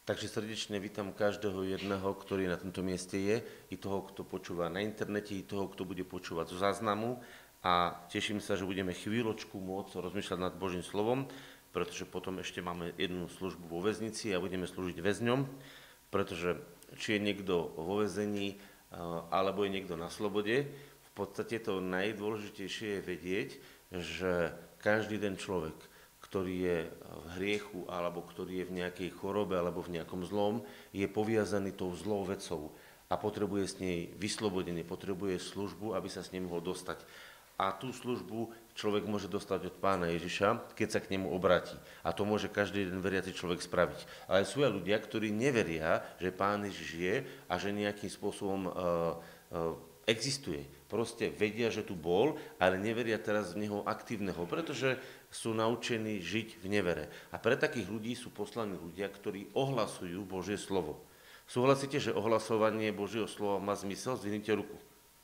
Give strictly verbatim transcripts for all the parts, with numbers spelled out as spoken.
Takže srdečne vítam každého jedného, ktorý na tomto mieste je, i toho, kto počúva na internete, i toho, kto bude počúvať zo záznamu. A teším sa, že budeme chvíľočku môcť rozmýšľať nad Božím slovom, pretože potom ešte máme jednu službu vo väznici a budeme slúžiť väzňom, pretože či je niekto vo väzení, alebo je niekto na slobode, v podstate to najdôležitejšie je vedieť, že každý ten človek, ktorý je v hriechu, alebo ktorý je v nejakej chorobe, alebo v nejakom zlom, je poviazaný tou zlou vecou a potrebuje s nej vyslobodenie, potrebuje službu, aby sa s nej mohol dostať. A tú službu človek môže dostať od Pána Ježiša, keď sa k nemu obratí. A to môže každý jeden veriaci človek spraviť. Ale sú aj ľudia, ktorí neveria, že Pán Ježiš je a že nejakým spôsobom uh, uh, existuje. Proste vedia, že tu bol, ale neveria teraz v neho aktívneho, pretože sú naučení žiť v nevere. A pre takých ľudí sú poslaní ľudia, ktorí ohlasujú Božie slovo. Súhlasíte, že ohlasovanie Božieho slova má zmysel? Zdvihnite ruku.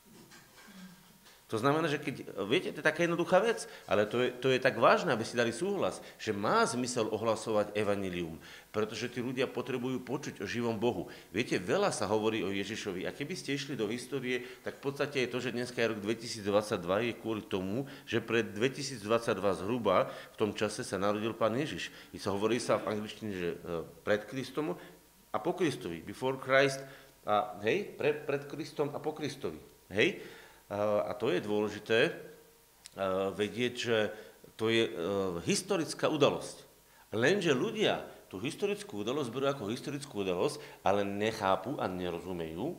To znamená, že keď, viete, to je taká jednoduchá vec, ale to je, to je tak vážne, aby si dali súhlas, že má zmysel ohlasovať evanjelium, pretože tí ľudia potrebujú počuť o živom Bohu. Viete, veľa sa hovorí o Ježišovi a keby ste išli do histórie, tak v podstate je to, že dneska je rok dvetisícdvadsaťdva, je kvôli tomu, že pred dvetisícdvadsaťdva zhruba v tom čase sa narodil Pán Ježiš. I sa hovorí sa v angličtine, že pred Kristom a po Kristovi, before Christ, a hej, pre, pred Kristom a po Kristovi, hej. A to je dôležité vedieť, že to je historická udalosť. Lenže ľudia tú historickú udalosť berú ako historickú udalosť, ale nechápu a nerozumejú,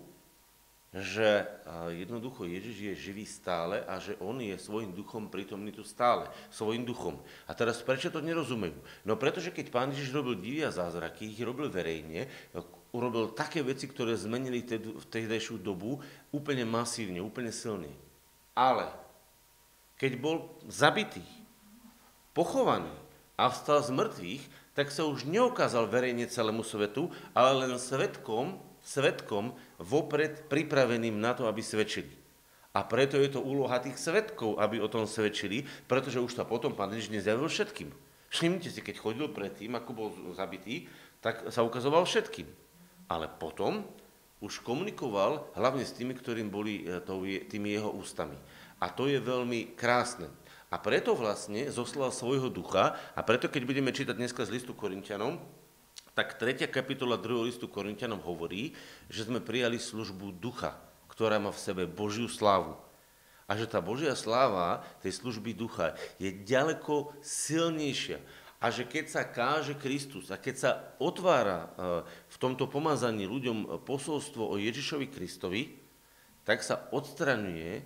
že jednoducho Ježiš je živý stále a že on je svojím duchom prítomný tu stále, svojím duchom. A teraz prečo to nerozumejú? No pretože keď Pán Ježiš robil divy a zázraky, ich robil verejne, urobil také veci, ktoré zmenili v tehdejšiu dobu úplne masívne, úplne silne. Ale keď bol zabitý, pochovaný a vstal z mŕtvych, tak sa už neukázal verejne celému svetu, ale len svedkom, svedkom vopred pripraveným na to, aby svedčili. A preto je to úloha tých svedkov, aby o tom svedčili, pretože už sa potom Pán Ježiš nezjavil všetkým. Všimnite si, keď chodil predtým, ako bol zabitý, tak sa ukazoval všetkým. Ale potom už komunikoval hlavne s tými, ktorým boli tými jeho ústami. A to je veľmi krásne. A preto vlastne zoslal svojho ducha, a preto keď budeme čítať dneska z listu Korinťanom, tak tretia kapitola druhého listu Korinťanom hovorí, že sme prijali službu ducha, ktorá má v sebe Božiu slávu. A že tá Božia sláva tej služby ducha je ďaleko silnejšia. A že keď sa káže Kristus a keď sa otvára v tomto pomazaní ľuďom posolstvo o Ježišovi Kristovi, tak sa odstraňuje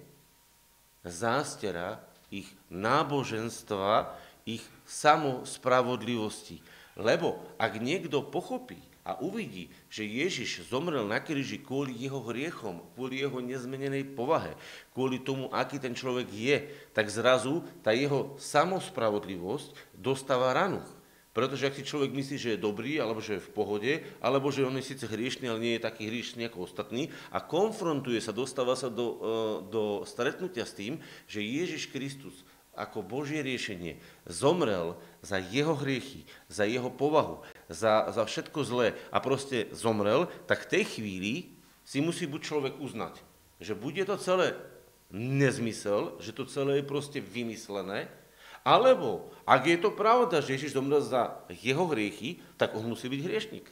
zástera ich náboženstva, ich samospravodlivosti. Lebo ak niekto pochopí a uvidí, že Ježiš zomrel na kríži kvôli jeho hriechom, kvôli jeho nezmenenej povahe, kvôli tomu, aký ten človek je, tak zrazu tá jeho samospravodlivosť dostáva ranu. Pretože ak si človek myslí, že je dobrý, alebo že je v pohode, alebo že on je síce hriešný, ale nie je taký hriešný ako ostatní a konfrontuje sa, dostáva sa do, do stretnutia s tým, že Ježiš Kristus ako Božie riešenie zomrel za jeho hriechy, za jeho povahu, za, za všetko zlé a proste zomrel, tak v tej chvíli si musí buď človek uznať, že bude to celé nezmysel, že to celé je proste vymyslené, alebo ak je to pravda, že Ježiš zomrel za jeho hriechy, tak on musí byť hriešnik.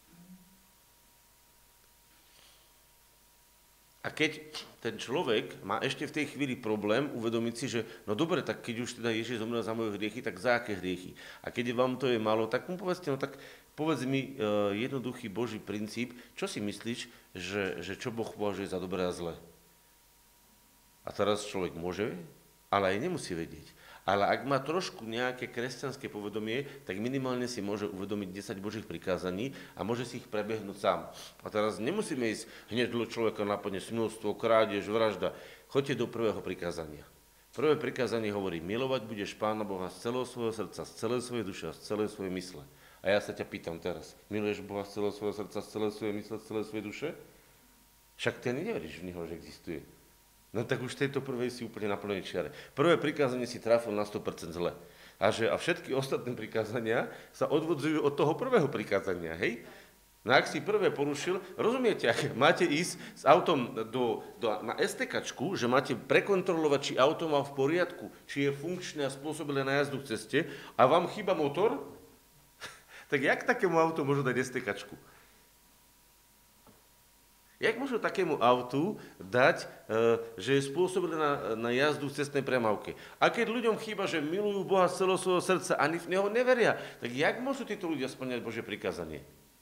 A keď ten človek má ešte v tej chvíli problém uvedomiť si, že no dobre, tak keď už teda Ježiš zomrel za moje hriechy, tak za aké hriechy? A keď vám to je málo, tak mu povedzte, no tak povedz mi uh, jednoduchý Boží princíp, čo si myslíš, že, že čo Boh považuje za dobré a zlé? A teraz človek môže, ale aj nemusí vedieť. Ale ak má trošku nejaké kresťanské povedomie, tak minimálne si môže uvedomiť desať Božích prikázaní a môže si ich prebehnúť sám. A teraz nemusíme ísť hneď do človeka napadne smilstvo, krádež, vražda. Choďte do prvého prikázania. Prvé prikázanie hovorí, milovať budeš Pána Boha z celého svojho srdca, z celej svojej duše a z celej svojej mysle. A ja sa ťa pýtam teraz, miluješ Boha z celého svojho srdca, z celej svojej mysle, z celej svojej duše? Však ty neveríš v Neho, že existuje. No tak už v tejto prvej si úplne na plnej čiare. Prvé prikázanie si trafil na sto percent zle. A, že, a všetky ostatné prikázania sa odvodzujú od toho prvého prikázania, hej? No ak si prvé porušil, rozumiete, ak máte ísť s autom do, do, na STKčku, že máte prekontrolovať, či auto má v poriadku, či je funkčné a spôsobilé na jazdu v ceste a vám chýba motor, tak jak takému autu môžu dať STKčku? Jak môžu takému autu dať, že je spôsobilé na, na jazdu v cestnej premávke? A keď ľuďom chýba, že milujú Boha z celého svojho srdca a v Neho neveria, tak jak môžu títo ľudia spĺňať Božie prikázanie?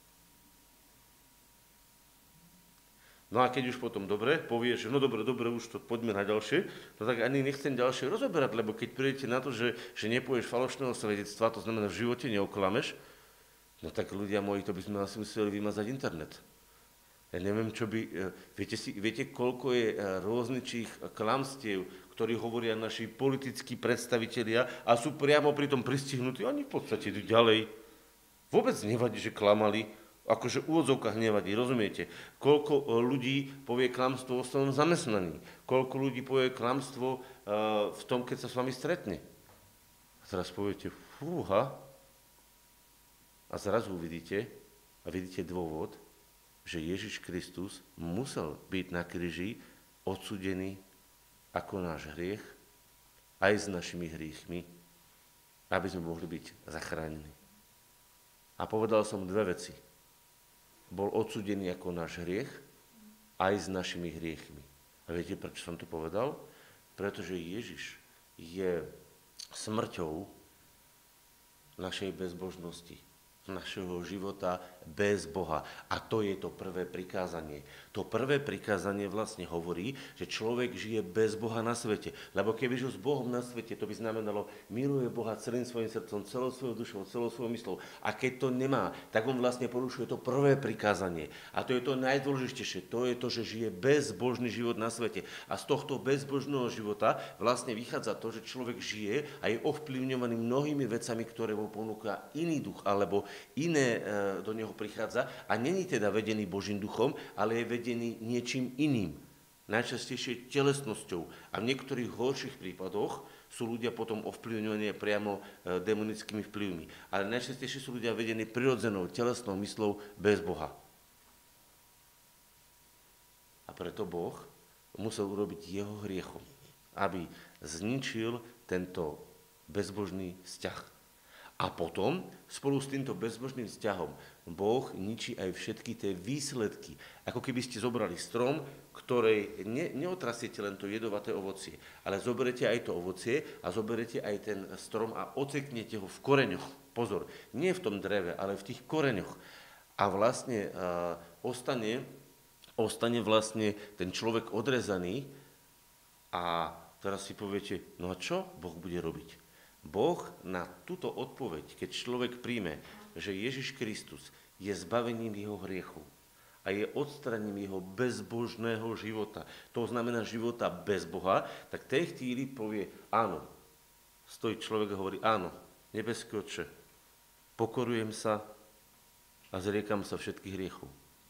No a keď už potom dobre, povieš, že no dobre, dobre, už to poďme na ďalšie, no tak ani nechcem ďalšie rozoberať, lebo keď prídete na to, že, že nepoješ falošného svedectva, to znamená, v živote neoklameš, no tak ľudia moji, to by sme asi museli vymazať internet. Ja neviem, čo by... Viete, si, viete koľko je rôzničích klamstiev, ktorí hovoria naši politickí predstavitelia a sú priamo pri tom pristihnutí, oni v podstate idú ďalej. Vôbec nevadí, že klamali, akože v úvodzovkách nevadí, rozumiete? Koľko ľudí povie klamstvo o svojom zamestnaní, koľko ľudí povie klamstvo uh, v tom, keď sa s vami stretne. A teraz poviete, fúha, a zrazu uvidíte, a vidíte dôvod, že Ježiš Kristus musel byť na kríži odsúdený ako náš hriech, aj s našimi hriechmi, aby sme mohli byť zachránení. A povedal som dve veci. Bol odsúdený ako náš hriech, aj s našimi hriechmi. A viete, prečo som to povedal? Pretože Ježiš je smrťou našej bezbožnosti, našeho života bez Boha. A to je to prvé prikázanie. To prvé prikázanie vlastne hovorí, že človek žije bez Boha na svete. Lebo keby žil s Bohom na svete, to by znamenalo, miluje Boha celým svojim srdcom, celou svojou dušou, celou svojou myslou. A keď to nemá, tak on vlastne porušuje to prvé prikázanie. A to je to najdôležitejšie. To je to, že žije bezbožný život na svete. A z tohto bezbožného života vlastne vychádza to, že človek žije a je ovplyvňovaný mnohými vecami, ktoré mu ponúka iný duch, alebo iné e, do neho prichádza a není teda vedený Božím duchom, ale je vedený niečím iným. Najčastejšie telesnosťou. A v niektorých horších prípadoch sú ľudia potom ovplyvňovaní priamo e, demonickými vplyvmi. Ale najčastejšie sú ľudia vedení prirodzenou telesnou myslou bez Boha. A preto Boh musel urobiť jeho hriechom, aby zničil tento bezbožný vzťah. A potom, spolu s týmto bezbožným vzťahom, Boh ničí aj všetky tie výsledky. Ako keby ste zobrali strom, ktorej ne, neotrasiete len to jedovaté ovocie, ale zoberete aj to ovocie a zoberete aj ten strom a oceknete ho v koreňoch. Pozor, nie v tom dreve, ale v tých koreňoch. A vlastne uh, ostane, ostane vlastne ten človek odrezaný a teraz si poviete, no a čo Boh bude robiť? Boh na túto odpoveď, keď človek príjme, že Ježiš Kristus je zbavením jeho hriechu a je odstraním jeho bezbožného života, to znamená života bez Boha, tak tej chvíli povie áno. Stojí človek a hovorí áno, nebeský Otče, pokorujem sa a zriekam sa všetkých hriechov.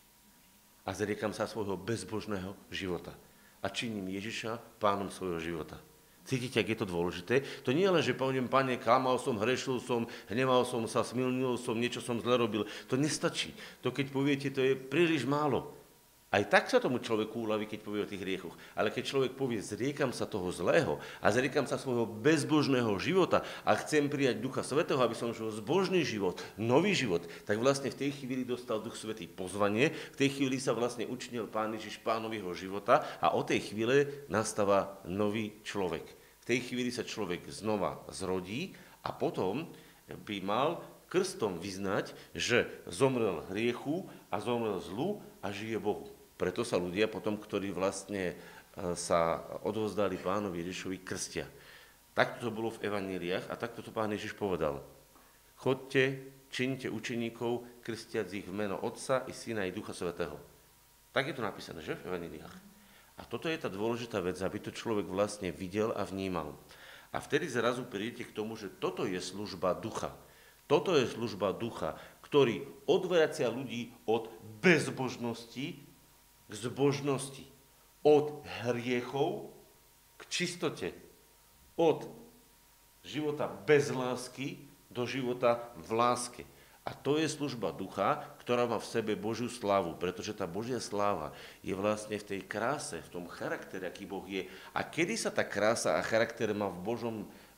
A zriekam sa svojho bezbožného života. A činím Ježiša pánom svojho života. Cítite, ak je to dôležité? To nie je len, že poviem, Pane, klamal som, hrešil som, hneval som sa, smilnil som, niečo som zle robil. To nestačí. To, keď poviete, to je príliš málo. Aj tak sa tomu človeku uľaví, keď povie o tých hriechoch. Ale keď človek povie, zriekam sa toho zlého a zriekam sa svojho bezbožného života a chcem prijať Ducha Svätého, aby som žil zbožný život, nový život, tak vlastne v tej chvíli dostal Duch Svätý pozvanie, v tej chvíli sa vlastne učinil Pán Ježiš pánom jeho života a od tej chvíle nastáva nový človek. V tej chvíli sa človek znova zrodí a potom by mal krstom vyznať, že zomrel hriechu a zomrel zlu a žije Bohu. Preto sa ľudia potom, ktorí vlastne sa odovzdali Pánovi Ježišovi, krstia. Takto to bolo v evaníliách a takto to Pán Ježiš povedal. Chodte, čiňte učeníkov, krstiac ich v meno Otca i Syna i Ducha Svätého. Tak je to napísané, že? V evaníliách. A toto je tá dôležitá vec, aby to človek vlastne videl a vnímal. A vtedy zrazu prídete k tomu, že toto je služba ducha. Toto je služba ducha, ktorý odvracia ľudí od bezbožnosti k zbožnosti, od hriechov k čistote, od života bez lásky do života v láske. A to je služba ducha, ktorá má v sebe Božiu slávu, pretože tá Božia sláva je vlastne v tej kráse, v tom charaktere, aký Boh je. A kedy sa tá krása a charakter má v Božom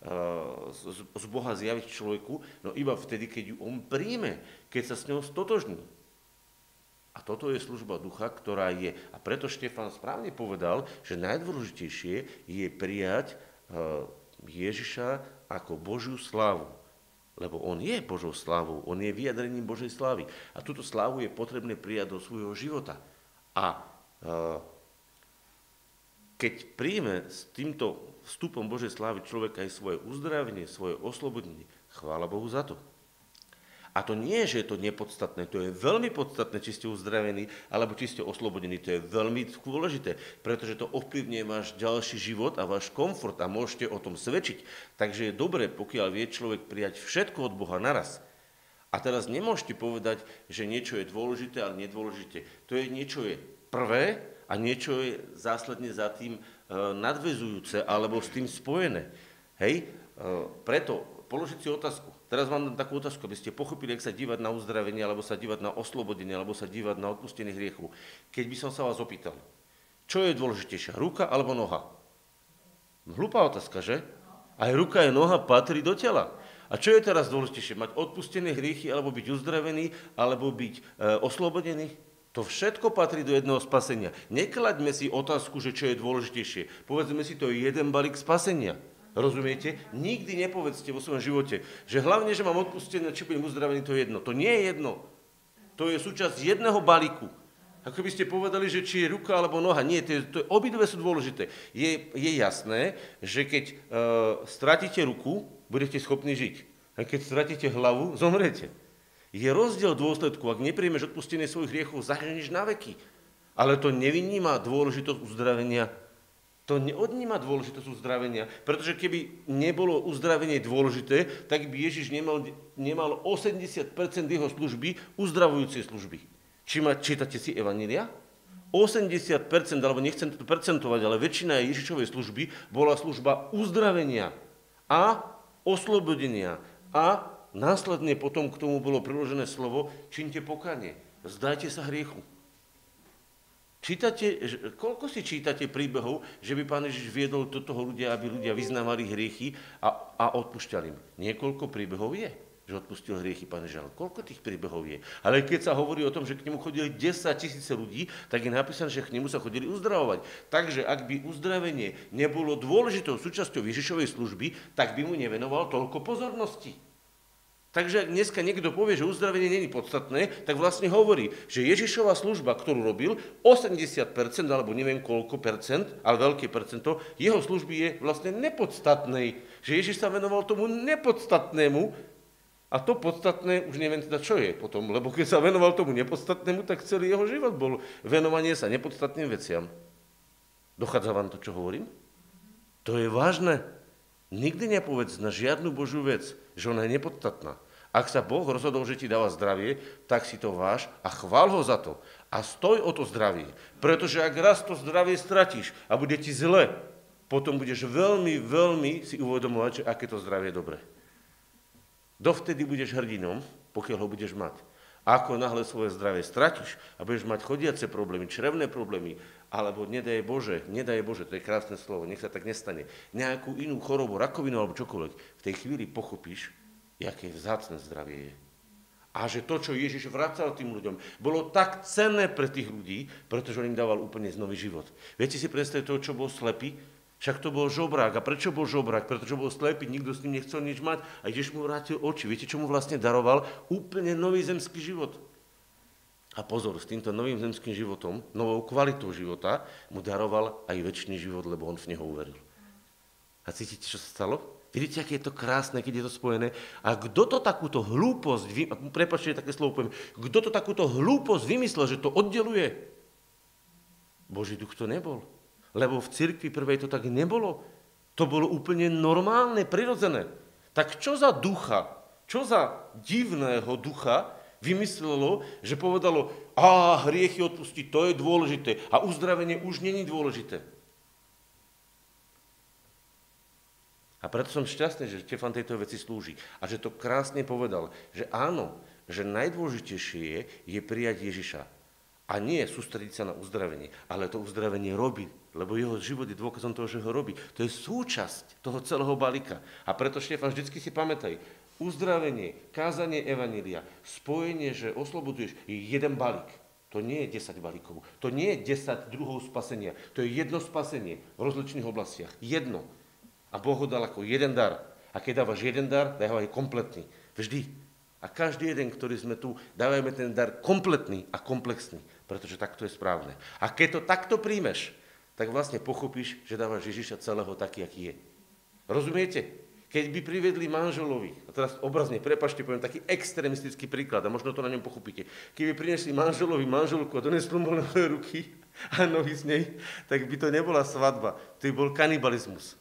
z, z Boha zjaviť človeku? No iba vtedy, keď ju on príjme, keď sa s ňou stotožní. A toto je služba ducha, ktorá je. A preto Štefán správne povedal, že najdôležitejšie je prijať Ježiša ako Božiu slávu. Lebo on je Božou slávou, on je vyjadrením Božej slávy. A túto slávu je potrebné prijať do svojho života. A e, keď príjme s týmto vstupom Božej slávy človeka aj svoje uzdravenie, svoje oslobodenie, chvála Bohu za to. A to nie je, že je to nepodstatné, to je veľmi podstatné, či ste uzdravení, alebo či ste oslobodení. To je veľmi dôležité, pretože to ovplyvňuje váš ďalší život a váš komfort a môžete o tom svedčiť. Takže je dobré, pokiaľ vie človek prijať všetko od Boha naraz. A teraz nemôžete povedať, že niečo je dôležité, ale nedôležité. To je niečo je prvé a niečo je zásledne za tým nadväzujúce alebo s tým spojené. Hej? Preto položiť si otázku. Teraz vám dám takú otázku, aby ste pochopili, jak sa dívať na uzdravenie, alebo sa dívať na oslobodenie, alebo sa dívať na odpustenie hriechu. Keď by som sa vás opýtal, čo je dôležitejšia, ruka alebo noha? Hlupá otázka, že? Aj ruka aj noha patrí do tela. A čo je teraz dôležitejšie? Mať odpustené hriechy, alebo byť uzdravený, alebo byť e, oslobodený? To všetko patrí do jedného spasenia. Neklaďme si otázku, že čo je dôležitejšie. Povedzme si, to je jeden balík spasenia. Rozumiete? Nikdy nepovedzte vo svojom živote, že hlavne, že mám odpustené, či budem uzdravený, to je jedno. To nie je jedno. To je súčasť jedného balíku. Ako by ste povedali, že či je ruka alebo noha. Nie, to je, to je, obidve sú dôležité. Je, je jasné, že keď e, stratíte ruku, budete schopní žiť. A keď stratíte hlavu, zomrete. Je rozdiel dôsledku, ak nepríjmeš odpustenie svojich hriechov, zahraniš na veky. Ale to nevyníma dôležitosť uzdravenia. To neodníma dôležitosť uzdravenia, pretože keby nebolo uzdravenie dôležité, tak by Ježiš nemal, nemal osemdesiat percent jeho služby uzdravujúcej služby. Či ma, čítate si Evanjelia? osemdesiat percent, alebo nechcem to percentovať, ale väčšina Ježišovej služby bola služba uzdravenia a oslobodenia. A následne potom k tomu bolo priložené slovo činte pokánie. Zdajte sa hriechu. Čítate, koľko si čítate príbehov, že by Pán Ježiš viedol do toho ľudia, aby ľudia vyznávali hriechy a, a odpúšťali im? Niekoľko príbehov je, že odpustil hriechy Pán Ježiš. Koľko tých príbehov je? Ale keď sa hovorí o tom, že k nemu chodili desať tisíce ľudí, tak je napísané, že k nemu sa chodili uzdravovať. Takže ak by uzdravenie nebolo dôležitou súčasťou Ježišovej služby, tak by mu nevenoval toľko pozornosti. Takže ak dneska niekto povie, že uzdravenie nie je podstatné, tak vlastne hovorí, že Ježišova služba, ktorú robil, osemdesiat percent, alebo neviem koľko percent, ale veľké percento, jeho služby je vlastne nepodstatnej. Že Ježiš sa venoval tomu nepodstatnému a to podstatné už neviem teda, čo je potom, lebo keď sa venoval tomu nepodstatnému, tak celý jeho život bol venovanie sa nepodstatným veciam. Dochádza vám to, čo hovorím? To je vážne. Nikdy nepovedz na žiadnu Božiu vec, že ona je nepodstatná. Ak sa Boh rozhodol, že ti dáva zdravie, tak si to váž a chvál ho za to. A stoj o to zdravie. Pretože ak raz to zdravie stratíš a bude ti zle, potom budeš veľmi, veľmi si uvedomovať, že aké to zdravie je dobré. Dovtedy budeš hrdinom, pokiaľ ho budeš mať. A ako náhle svoje zdravie stratíš a budeš mať chodiace problémy, črevné problémy, alebo nedaj Bože, nedaj Bože, to je krásne slovo, nech sa tak nestane, nejakú inú chorobu, rakovinu alebo čokoľvek, v tej chvíli pochopíš, aké vzácne zdravie je. A že to, čo Ježiš vracal tým ľuďom, bolo tak cenné pre tých ľudí, pretože on im dával úplne nový život. Viete si predstaviť toho, čo bol slepý? Však to bol žobrák. A prečo bol žobrák? Pretože bol slepý, nikto s ním nechcel nič mať. A Ježiš mu vrátil oči. Viete, čo mu vlastne daroval? Úplne nový zemský život. A pozor, s týmto novým zemským životom, novou kvalitou života, mu daroval aj večný život, lebo on v neho uveril. A cítite, čo sa stalo? Vidíte, aké je to krásne, keď je to spojené? A kto to takúto hlúposť, vy... prepáčte, také slovo poviem, kto to takúto hlúposť vymyslel, že to oddeluje? Boží duch to nebol. Lebo v cirkvi prvej to tak nebolo. To bolo úplne normálne, prirodzené. Tak čo za ducha, čo za divného ducha vymyslelo, že povedalo, a hriechy odpustiť, to je dôležité a uzdravenie už není dôležité. A preto som šťastný, že Štefan tejto veci slúži. A že to krásne povedal, že áno, že najdôležitejšie je, je prijať Ježiša. A nie sústrediť sa na uzdravenie, ale to uzdravenie robí, lebo jeho život je dôkazom toho, že ho robí. To je súčasť toho celého balíka. A preto, Štefan, vždycky si pamätaj, uzdravenie, kázanie evanjelia, spojenie, že osloboduješ, je jeden balík. To nie je desať balíkov. To nie je desať druhov spasenia. To je jedno spasenie v rozličných oblastiach. Jedno. A Boh ho dal ako jeden dar. A keď dávaš jeden dar, dávaj kompletný. Vždy. A každý jeden, ktorý sme tu, dávajme ten dar kompletný a komplexný. Pretože takto je správne. A keď to takto príjmeš, tak vlastne pochopíš, že dávaš Ježiša celého taký, aký je. Rozumiete? Keď by privedli manželovi, a teraz obrazne, prepáčte, poviem taký extrémistický príklad, a možno to na ňom pochopíte. Keby priniesli manželovi manželku a donesli mu nové ruky a nohy z nej, tak by to nebola svadba, to by bol kanibalizmus.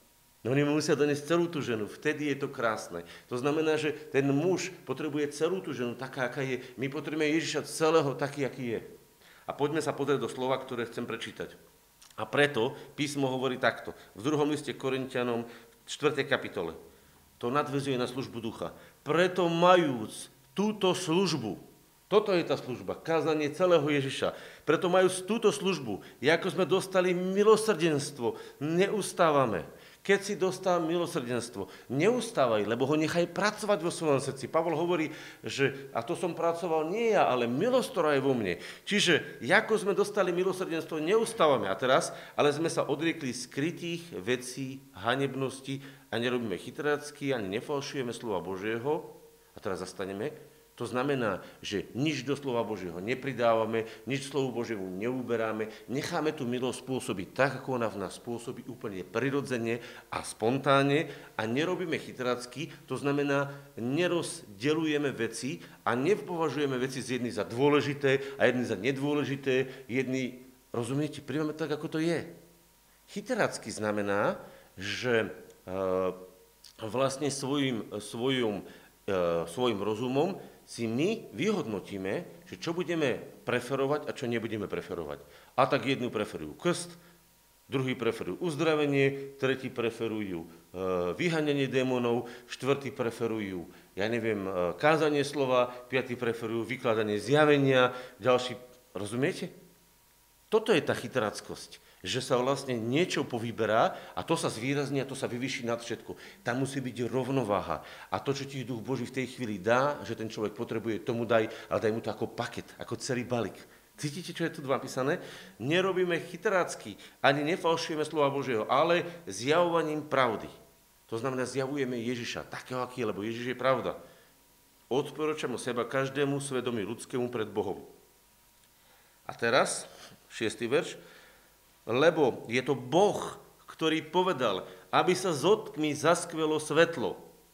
No oni musia doniesť celú tú ženu, vtedy je to krásne. To znamená, že ten muž potrebuje celú tú ženu, taká, aká je. My potrebujeme Ježiša celého taký, aký je. A poďme sa pozrieť do slova, ktoré chcem prečítať. A preto písmo hovorí takto. V druhom liste Korinťanom, v štvrtej kapitole. To nadväzuje na službu ducha. Preto majúc túto službu, toto je tá služba, kázanie celého Ježiša, preto majúc túto službu, ako sme dostali milosrdenstvo, neustávame. Keď si dostal milosrdenstvo, neustávaj, lebo ho nechaj pracovať vo svojom srdci. Pavol hovorí, že a to som pracoval nie ja, ale milosť, ktorá je vo mne. Čiže, ako sme dostali milosrdenstvo, neustávame. A teraz, ale sme sa odriekli skrytých vecí, hanebnosti a nerobíme chytrácky, ani nefalšujeme slova Božieho. A teraz zastaneme. To znamená, že nič do slova Božieho nepridávame, nič slovu Božiemu neuberáme, necháme tú milosť spôsobiť tak, ako ona v nás spôsobí úplne prirodzene a spontánne a nerobíme chytrácky, to znamená, nerozdeľujeme veci a nepovažujeme veci z jedných za dôležité a jedný za nedôležité, jedný, rozumiete, príjmeme tak, ako to je. Chytrácky znamená, že e, vlastne svojim, svojim, e, svojim rozumom si my vyhodnotíme, že čo budeme preferovať a čo nebudeme preferovať. A tak jednu preferujú krst, druhý preferujú uzdravenie, tretí preferujú e, vyhanenie démonov, štvrtý preferujú, ja neviem, e, kázanie slova, piatý preferujú vykladanie zjavenia, ďalší, rozumiete? Toto je tá chytráckosť, že sa vlastne niečo povyberá a to sa zvýrazní a to sa vyvyší nad všetko. Tam musí byť rovnováha. A to, čo ti Duch Boží v tej chvíli dá, že ten človek potrebuje, tomu daj, ale daj mu to ako paket, ako celý balík. Cítite, čo je tu napísané? Nerobíme chytrácky, ani nefalšujeme slova Božieho, ale zjavovaním pravdy. To znamená, zjavujeme Ježiša, takého, aký je, lebo Ježiš je pravda. Odporúčam o seba každému svedomí ľudskému pred Bohom. A teraz, šiestý verš, lebo je to Boh, ktorý povedal, aby sa z tmy zaskvelo svetlo,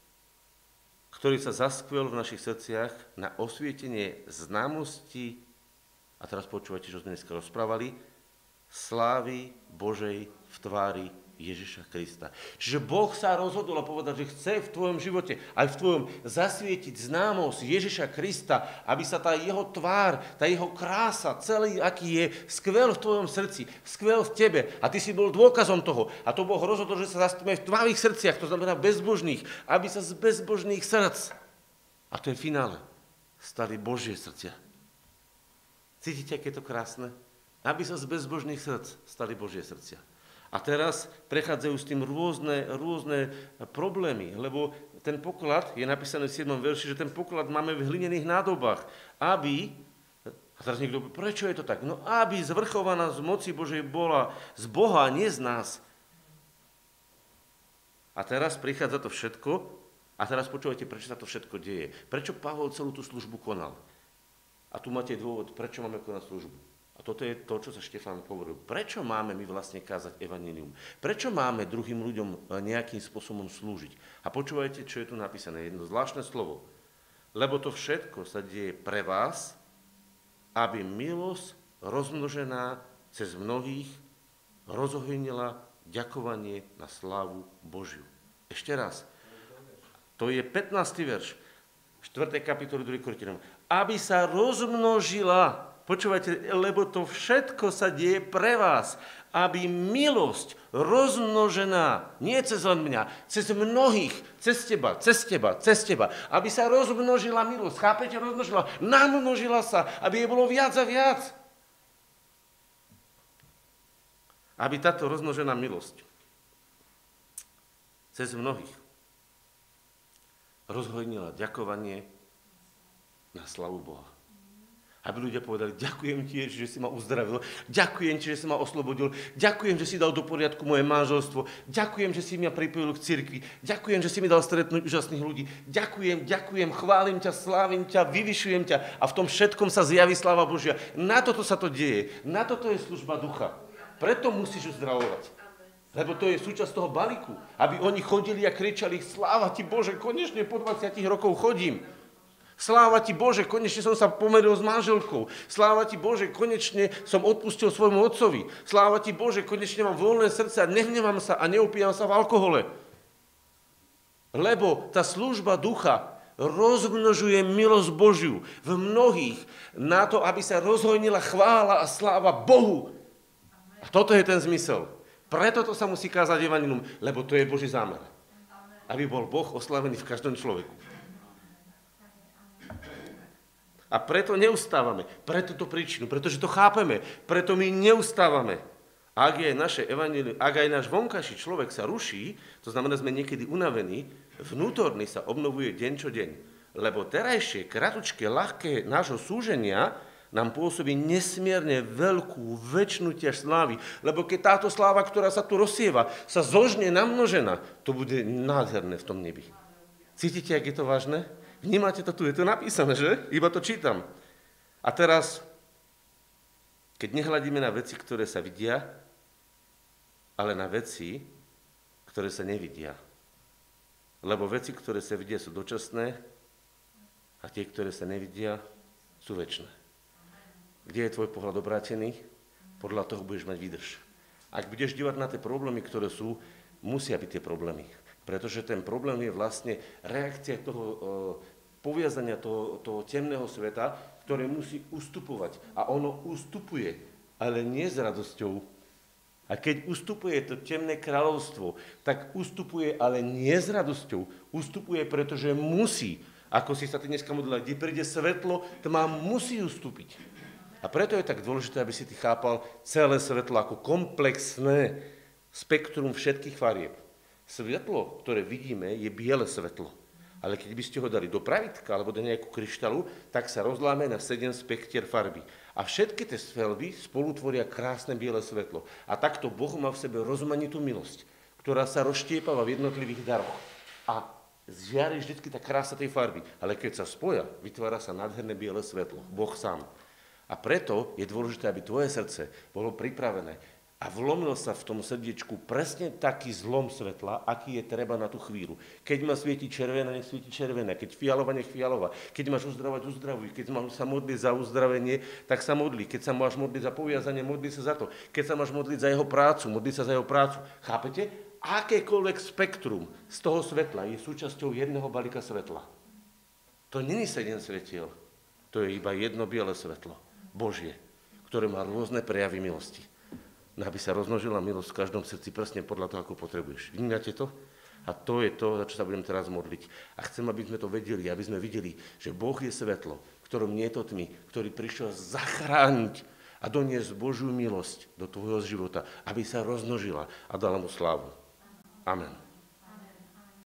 ktorý sa zaskvel v našich srdciach na osvietenie známosti, a teraz počúvajte, čo sme dneska rozprávali, slávy Božej v tvári Ježiša Krista. Čiže Boh sa rozhodol a povedal, že chce v tvojom živote, aj v tvojom zasvietiť známosť Ježiša Krista, aby sa tá jeho tvár, tá jeho krása, celý, aký je, skvel v tvojom srdci, skvel v tebe. A ty si bol dôkazom toho. A to Boh rozhodol, že sa zastupuje v tvojich srdciach, to znamená bezbožných, aby sa z bezbožných srdc, a to je finále, stali Božie srdcia. Cítite, aké je to krásne? Aby sa z bezbožných srdc stali Božie srdcia. A teraz prechádzajú s tým rôzne, rôzne problémy, lebo ten poklad, je napísané v siedmom verši, že ten poklad máme v hlinených nádobách, aby, a teraz niekto, prečo je to tak? No aby zvrchovaná z moci Božej bola z Boha, nie z nás. A teraz prichádza to všetko, a teraz počúvajte, prečo sa to všetko deje. Prečo Pavol celú tú službu konal? A tu máte dôvod, prečo máme konať službu. A toto je to, čo sa Štefán hovoril. Prečo máme my vlastne kázať evanjelium? Prečo máme druhým ľuďom nejakým spôsobom slúžiť? A počúvajte, čo je tu napísané. Jedno zvláštne slovo. Lebo to všetko sa deje pre vás, aby milosť rozmnožená cez mnohých rozohynila ďakovanie na slávu Božiu. Ešte raz. To je pätnásty verš štvrtej kapitoly druhej Korinťanom. Aby sa rozmnožila Počúvajte, lebo to všetko sa deje pre vás, aby milosť rozmnožená, nie cez len mňa, cez mnohých, cez teba, cez teba, cez teba, aby sa rozmnožila milosť. Chápete? Rozmnožila, namnožila sa, aby je bolo viac a viac. Aby táto rozmnožená milosť cez mnohých rozhojnila ďakovanie na slavu Boha. Aby ľudia povedali, ďakujem ti, že si ma uzdravil, ďakujem ti, že si ma oslobodil, ďakujem, že si dal do poriadku moje manželstvo, ďakujem, že si mňa pripojil k cirkvi, ďakujem, že si mi dal stretnúť úžasných ľudí, ďakujem, ďakujem, chválim ťa, slávim ťa, vyvyšujem ťa a v tom všetkom sa zjaví sláva Božia. Na toto sa to deje, na toto je služba ducha. Preto musíš uzdravovať. Lebo to je súčasť toho balíku, aby oni chodili a kričali, sláva ti Bože, konečne po dvadsiatich rokov chodím. Sláva ti Bože, konečne som sa pomeril s manželkou. Sláva ti Bože, konečne som odpustil svojmu otcovi. Sláva ti Bože, konečne mám voľné srdce a nevnemám sa a neupíjam sa v alkohole. Lebo tá služba ducha rozmnožuje milosť Božiu v mnohých na to, aby sa rozhojnila chvála a sláva Bohu. A toto je ten zmysel. Preto to sa musí kázať evanjelium, lebo to je Boží zámer. Aby bol Boh oslavený v každom človeku. A preto neustávame, preto to príčinu, pretože to chápeme, preto my neustávame. Ak je naše evanjelium, ak aj náš vonkajší človek sa ruší, to znamená, sme niekedy unavení, vnútorný sa obnovuje deň čo deň. Lebo terajšie, kratučké, ľahké nášho súženia nám pôsobí nesmierne veľkú, večnú ťaž slávy. Lebo keď táto sláva, ktorá sa tu rozsieva, sa zožne namnožená, to bude nádherné v tom nebi. Cítite, ak je to vážne? Vnímate to tu, je to napísané, že? Iba to čítam. A teraz, keď nehľadíme na veci, ktoré sa vidia, ale na veci, ktoré sa nevidia. Lebo veci, ktoré sa vidia, sú dočasné a tie, ktoré sa nevidia, sú večné. Kde je tvoj pohľad obrátený? Podľa toho budeš mať výdrž. Ak budeš dívať na tie problémy, ktoré sú, musia byť tie problémy. Pretože ten problém je vlastne reakcia toho e, poviazania toho, toho temného sveta, ktoré musí ustupovať. A ono ustupuje, ale nie s radosťou. A keď ustupuje to temné kráľovstvo, tak ustupuje, ale nie s radosťou. Ustupuje, pretože musí. Ako si sa ty dneska modlila, kde príde svetlo, tma musí ustúpiť. A preto je tak dôležité, aby si ty chápal celé svetlo ako komplexné spektrum všetkých farieb. Svetlo, ktoré vidíme, je biele svetlo. Ale keď by ste ho dali do pravitka alebo do nejakú kryštálu, tak sa rozláme na sedem spektier farby. A všetky tie svelby spolu tvoria krásne biele svetlo. A takto Boh má v sebe rozmanitú milosť, ktorá sa rozštiepava v jednotlivých daroch. A zžiari vždy tá krása tej farby. Ale keď sa spoja, vytvára sa nádherné biele svetlo. Boh sám. A preto je dôležité, aby tvoje srdce bolo pripravené a vlomil sa v tom srdiečku presne taký zlom svetla, aký je treba na tú chvíľu. Keď má svietiť červené, nech svieti červené. Keď fialová, nech fialová. Keď máš uzdravať, uzdravuj. Keď máš sa modliť za uzdravenie, tak sa modli. Keď sa máš modliť za poviazanie, modli sa za to. Keď sa máš modliť za jeho prácu, modli sa za jeho prácu. Chápete? Akékoľvek spektrum z toho svetla je súčasťou jedného balíka svetla. To není sedem svetiel. To je iba jedno biele svetlo. Božie, ktoré má rôzne prejavy milosti. Aby sa rozmnožila milosť v každom srdci presne podľa toho, ako potrebuješ. Vnímate to? A to je to, za čo sa budem teraz modliť. A chcem, aby sme to vedeli, aby sme videli, že Boh je svetlo, v ktorom nie je to tmy, ktorý prišiel zachrániť a doniesť Božiu milosť do tvojho života, aby sa rozmnožila a dala mu slávu. Amen.